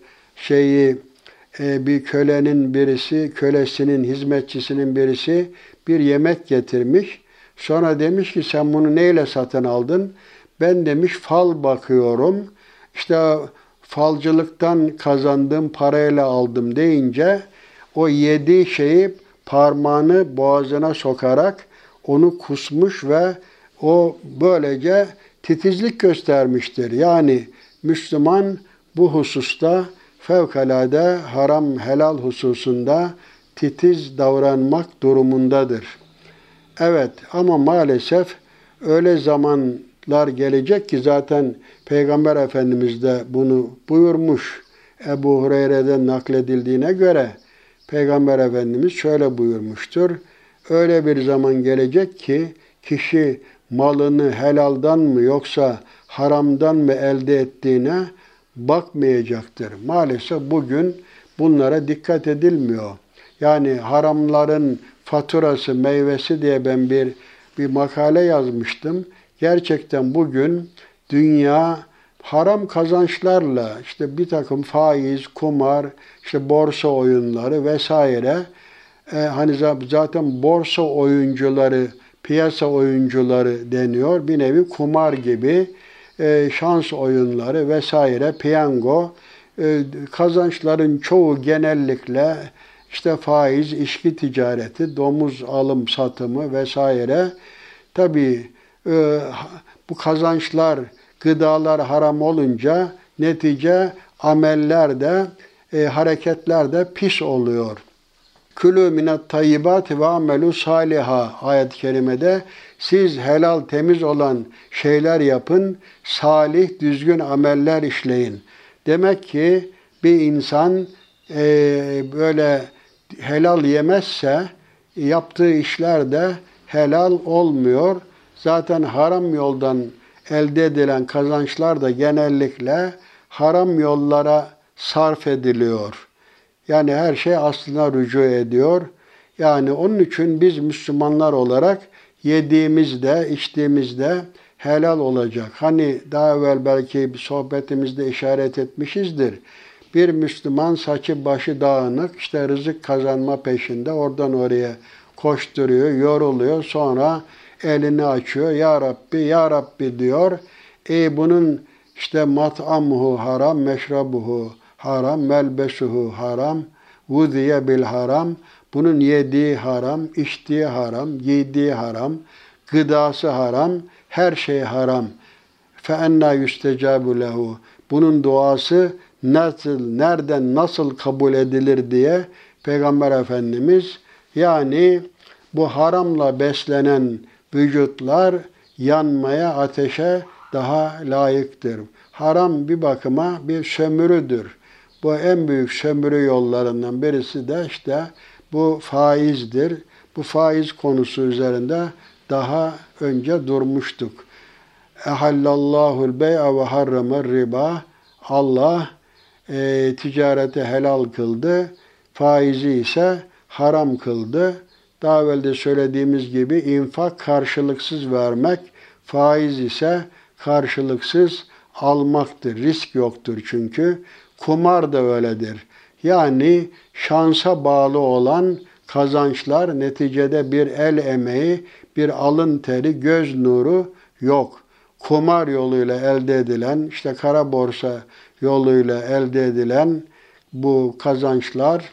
bir kölenin birisi, kölesinin, hizmetçisinin birisi bir yemek getirmiş. Sonra demiş ki sen bunu neyle satın aldın? Ben demiş fal bakıyorum. İşte falcılıktan kazandığım parayla aldım deyince o yediği şeyi parmağını boğazına sokarak onu kusmuş ve o böylece titizlik göstermiştir. Yani Müslüman bu hususta fevkalade haram helal hususunda titiz davranmak durumundadır. Evet ama maalesef öyle zamanlar gelecek ki zaten Peygamber Efendimiz de bunu buyurmuş. Ebu Hureyre'den nakledildiğine göre Peygamber Efendimiz şöyle buyurmuştur. Öyle bir zaman gelecek ki kişi malını helaldan mı yoksa haramdan mı elde ettiğine bakmayacaktır. Maalesef bugün bunlara dikkat edilmiyor. Yani haramların faturası, meyvesi diye ben bir makale yazmıştım. Gerçekten bugün dünya haram kazançlarla işte bir takım faiz, kumar, işte borsa oyunları vesaire hani zaten borsa oyuncuları, piyasa oyuncuları deniyor. Bir nevi kumar gibi şans oyunları vesaire, piyango kazançların çoğu genellikle işte faiz, içki ticareti, domuz alım satımı vesaire. Tabii bu kazançlar, gıdalar haram olunca netice ameller de, hareketler de pis oluyor. Külü minet tayyibati ve amelu saliha ayet-i kerimede siz helal temiz olan şeyler yapın, salih düzgün ameller işleyin. Demek ki bir insan böyle helal yemezse yaptığı işler de helal olmuyor. Zaten haram yoldan elde edilen kazançlar da genellikle haram yollara sarf ediliyor. Yani her şey aslına rücu ediyor. Yani onun için biz Müslümanlar olarak yediğimizde, içtiğimizde helal olacak. Hani daha evvel belki bir sohbetimizde işaret etmişizdir. Bir Müslüman saçı başı dağınık, işte rızık kazanma peşinde oradan oraya koşturuyor, yoruluyor. Sonra elini açıyor. Ya Rabbi, Ya Rabbi diyor. Bunun işte mat'amuhu haram, meşrabuhu haram, melbesuhu haram, vuziye bil haram. Bunun yediği haram, içtiği haram, giydiği haram, gıdası haram, her şey haram. Fe enna yustecabu lehu. Bunun duası nereden nasıl kabul edilir diye Peygamber Efendimiz yani bu haramla beslenen vücutlar yanmaya, ateşe daha layıktır. Haram bir bakıma bir sömürüdür. Bu en büyük sömürü yollarından birisi de işte bu faizdir. Bu faiz konusu üzerinde daha önce durmuştuk. Ehallallahul bey'a ve harramer riba. Allah ticareti helal kıldı, faizi ise haram kıldı. Daha evvel de söylediğimiz gibi infak karşılıksız vermek, faiz ise karşılıksız almaktır. Risk yoktur çünkü. Kumar da öyledir. Yani şansa bağlı olan kazançlar neticede bir el emeği, bir alın teri, göz nuru yok. Kumar yoluyla elde edilen, işte kara borsa yoluyla elde edilen bu kazançlar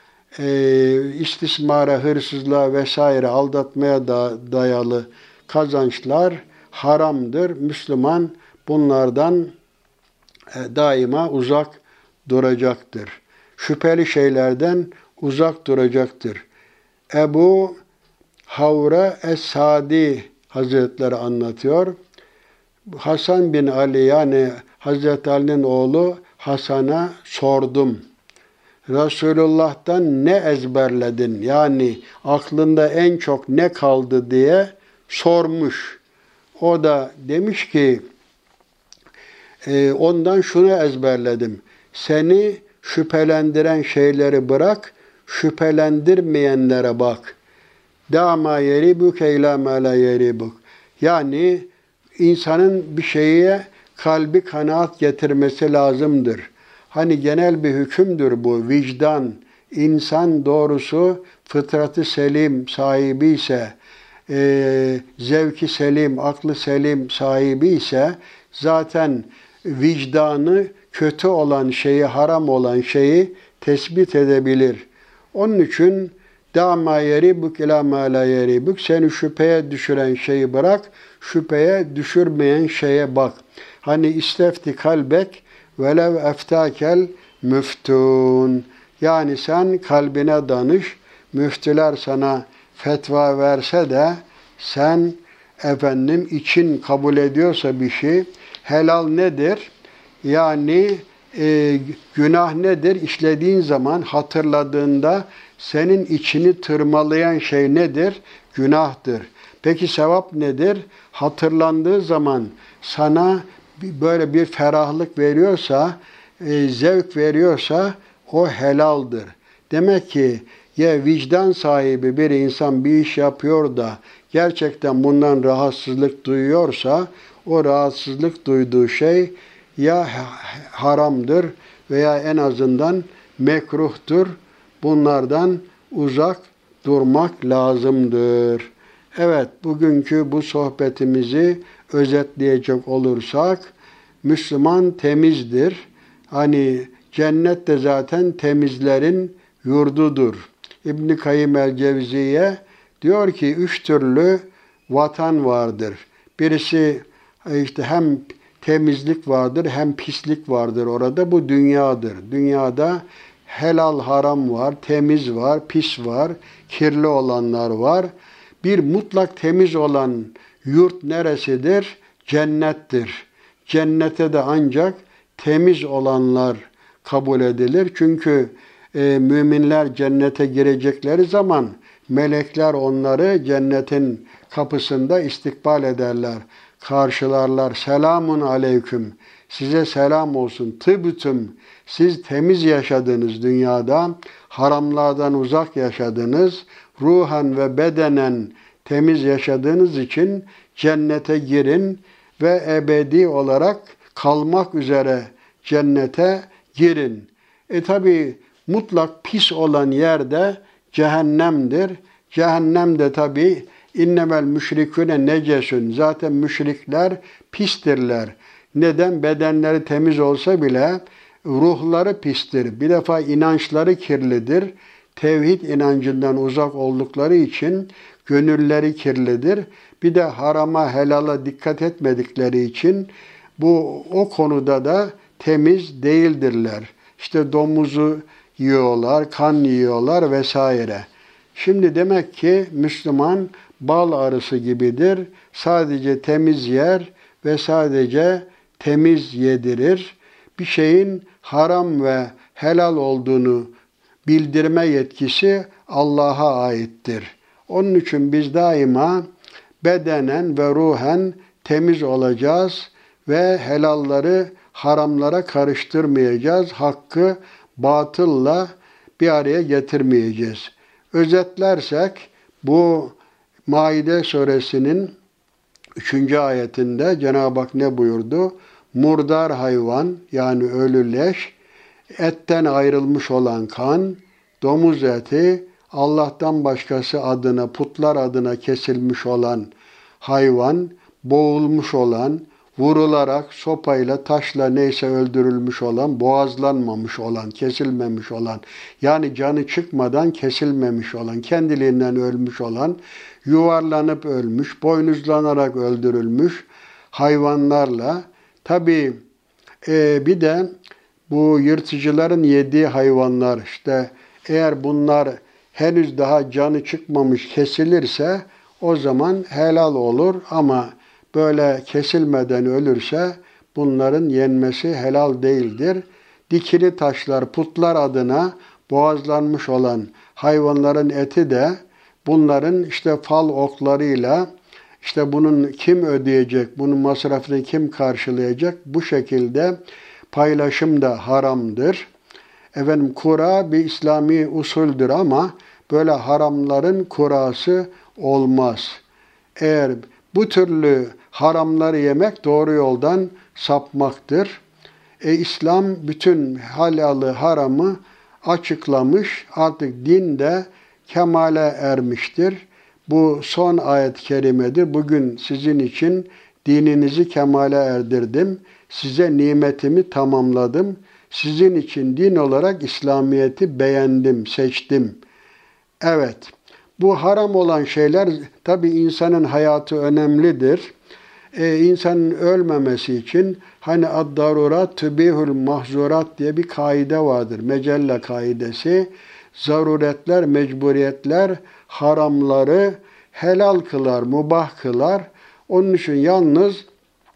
istismara, hırsızlığa vesaire aldatmaya dayalı kazançlar haramdır. Müslüman bunlardan daima uzak duracaktır. Şüpheli şeylerden uzak duracaktır. Ebu Havre Es-Sadi Hazretleri anlatıyor. Hasan bin Ali yani Hazreti Ali'nin oğlu Hasan'a sordum. Resulullah'tan ne ezberledin? Yani aklında en çok ne kaldı diye sormuş. O da demiş ki ondan şunu ezberledim. Seni şüphelendiren şeyleri bırak, şüphelendirmeyenlere bak. Dâmâ yeribuk eylâ mâ lâ yeribuk. Yani insanın bir şeye kalbi kanaat getirmesi lazımdır. Hani genel bir hükümdür bu, vicdan. İnsan doğrusu fıtratı selim sahibi ise, zevki selim, aklı selim sahibi ise zaten vicdanı kötü olan şeyi, haram olan şeyi tespit edebilir. Onun için dâmâ yeribuk ilâ mâ lâ yeribuk. Seni şüpheye düşüren şeyi bırak, şüpheye düşürmeyen şeye bak. Hani istefti kalbek velev eftakel müftun. Yani sen kalbine danış, müftüler sana fetva verse de sen için kabul ediyorsa bir şey, helal nedir? Yani günah nedir? İşlediğin zaman hatırladığında senin içini tırmalayan şey nedir? Günahtır. Peki sevap nedir? Hatırlandığı zaman sana böyle bir ferahlık veriyorsa, zevk veriyorsa o helaldir. Demek ki Ya vicdan sahibi bir insan bir iş yapıyor da gerçekten bundan rahatsızlık duyuyorsa o rahatsızlık duyduğu şey ya haramdır veya en azından mekruhtur. Bunlardan uzak durmak lazımdır. Evet, bugünkü bu sohbetimizi özetleyecek olursak, Müslüman temizdir. Hani cennet de zaten temizlerin yurdudur. İbn-i Kayyim el-Cevziye diyor ki 3 türlü vatan vardır. Birisi işte hem temizlik vardır hem pislik vardır orada. Bu dünyadır. Dünyada helal haram var, temiz var, pis var, kirli olanlar var. Bir mutlak temiz olan yurt neresidir? Cennettir. Cennete de ancak temiz olanlar kabul edilir. Çünkü müminler cennete girecekleri zaman melekler onları cennetin kapısında istikbal ederler. Karşılarlar. Selamun aleyküm. Size selam olsun. Tıbütüm. Siz temiz yaşadınız dünyada. Haramlardan uzak yaşadınız. Ruhen ve bedenen temiz yaşadığınız için cennete girin ve ebedi olarak kalmak üzere cennete girin. Tabi mutlak pis olan yerde cehennemdir. Cehennem de tabi innemel müşriküne necesün. Zaten müşrikler pistirler. Neden? Bedenleri temiz olsa bile ruhları pistir. Bir defa inançları kirlidir. Tevhid inancından uzak oldukları için gönülleri kirlidir. Bir de harama, helala dikkat etmedikleri için o konuda da temiz değildirler. İşte domuzu yiyorlar, kan yiyorlar vesaire. Şimdi demek ki Müslüman bal arısı gibidir. Sadece temiz yer ve sadece temiz yedirir. Bir şeyin haram ve helal olduğunu bildirme yetkisi Allah'a aittir. Onun için biz daima bedenen ve ruhen temiz olacağız ve helalları haramlara karıştırmayacağız. Hakkı batılla bir araya getirmeyeceğiz. Özetlersek bu Maide suresinin 3. ayetinde Cenab-ı Hak ne buyurdu? Murdar hayvan yani ölü leş, etten ayrılmış olan kan, domuz eti, Allah'tan başkası adına, putlar adına kesilmiş olan hayvan, boğulmuş olan, vurularak sopayla, taşla neyse öldürülmüş olan, boğazlanmamış olan, kesilmemiş olan, yani canı çıkmadan kesilmemiş olan, kendiliğinden ölmüş olan, yuvarlanıp ölmüş, boynuzlanarak öldürülmüş hayvanlarla, tabii bir de bu yırtıcıların yediği hayvanlar, işte eğer bunlar henüz daha canı çıkmamış kesilirse o zaman helal olur ama böyle kesilmeden ölürse bunların yenmesi helal değildir. Dikili taşlar, putlar adına boğazlanmış olan hayvanların eti de bunların işte fal oklarıyla işte bunun kim ödeyecek, bunun masrafını kim karşılayacak bu şekilde paylaşım da haramdır. Efendim kura bir İslami usuldür ama böyle haramların kurası olmaz. Eğer bu türlü haramları yemek doğru yoldan sapmaktır. İslam bütün halalı haramı açıklamış. Artık din de kemale ermiştir. Bu son ayet-i kerimedir. Bugün sizin için dininizi kemale erdirdim. Size nimetimi tamamladım. Sizin için din olarak İslamiyet'i beğendim, seçtim. Evet, bu haram olan şeyler tabii insanın hayatı önemlidir. İnsanın ölmemesi için hani ad-darurat tübihül mahzurat diye bir kaide vardır. Mecelle kaidesi. Zaruretler, mecburiyetler haramları helal kılar, mubah kılar. Onun için yalnız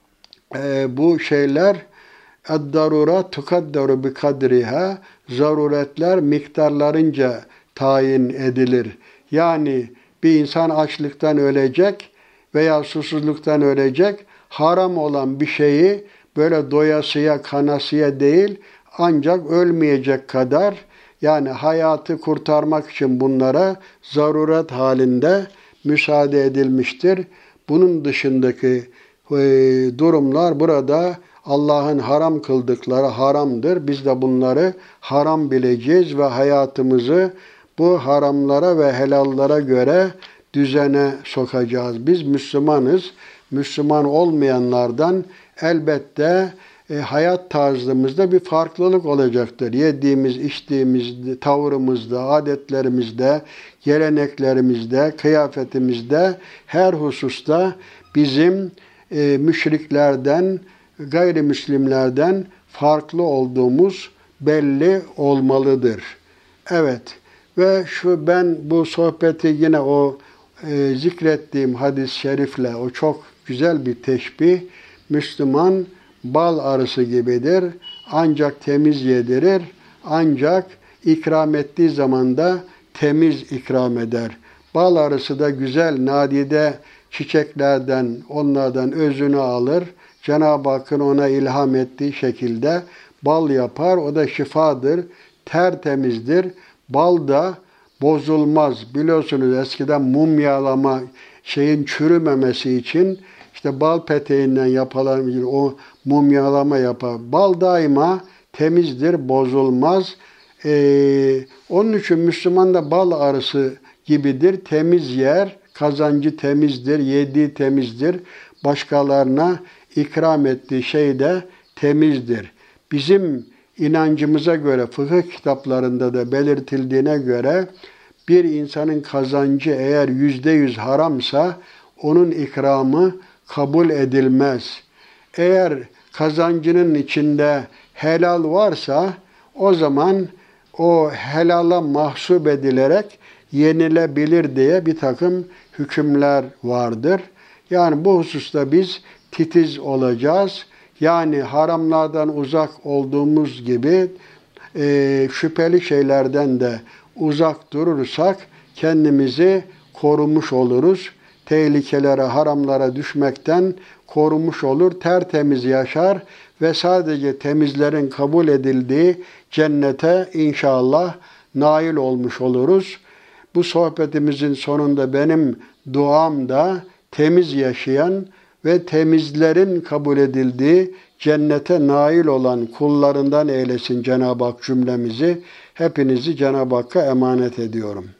bu şeyler ad-darurat tukaddaru bi kadriha, zaruretler miktarlarınca tayin edilir. Yani bir insan açlıktan ölecek veya susuzluktan ölecek, haram olan bir şeyi böyle doyasıya, kanasıya değil, ancak ölmeyecek kadar Yani hayatı kurtarmak için bunlara zaruret halinde müsaade edilmiştir. Bunun dışındaki durumlar burada Allah'ın haram kıldıkları haramdır. Biz de bunları haram bileceğiz ve hayatımızı bu haramlara ve helallara göre düzene sokacağız. Biz Müslümanız. Müslüman olmayanlardan elbette hayat tarzımızda bir farklılık olacaktır. Yediğimiz, içtiğimiz, tavrımızda, adetlerimizde, geleneklerimizde, kıyafetimizde, her hususta bizim müşriklerden, gayrimüslimlerden farklı olduğumuz belli olmalıdır. Evet ve ben bu sohbeti yine o zikrettiğim hadis-i şerifle, o çok güzel bir teşbih, Müslüman bal arısı gibidir. Ancak temiz yedirir, ancak ikram ettiği zaman da temiz ikram eder. Bal arısı da güzel, nadide çiçeklerden, onlardan özünü alır. Cenab-ı Hakk'ın ona ilham ettiği şekilde bal yapar. O da şifadır, tertemizdir. Bal da bozulmaz. Biliyorsunuz eskiden mumyalama çürümemesi için işte bal peteğinden yapılan o mumyalama yapar. Bal daima temizdir, bozulmaz. Onun için Müslüman da bal arısı gibidir. Temiz yer, kazancı temizdir, yediği temizdir. Başkalarına ikram ettiği şey de temizdir. Bizim inancımıza göre, fıkıh kitaplarında da belirtildiğine göre bir insanın kazancı eğer %100 haramsa onun ikramı kabul edilmez. Eğer kazancının içinde helal varsa o zaman o helala mahsup edilerek yenilebilir diye bir takım hükümler vardır. Yani bu hususta biz titiz olacağız. Yani haramlardan uzak olduğumuz gibi şüpheli şeylerden de uzak durursak kendimizi korumuş oluruz. Tehlikelere, haramlara düşmekten korumuş olur. Tertemiz yaşar ve sadece temizlerin kabul edildiği cennete inşallah nail olmuş oluruz. Bu sohbetimizin sonunda benim duam da temiz yaşayan ve temizlerin kabul edildiği cennete nail olan kullarından eylesin Cenab-ı Hak cümlemizi. Hepinizi Cenab-ı Hakk'a emanet ediyorum.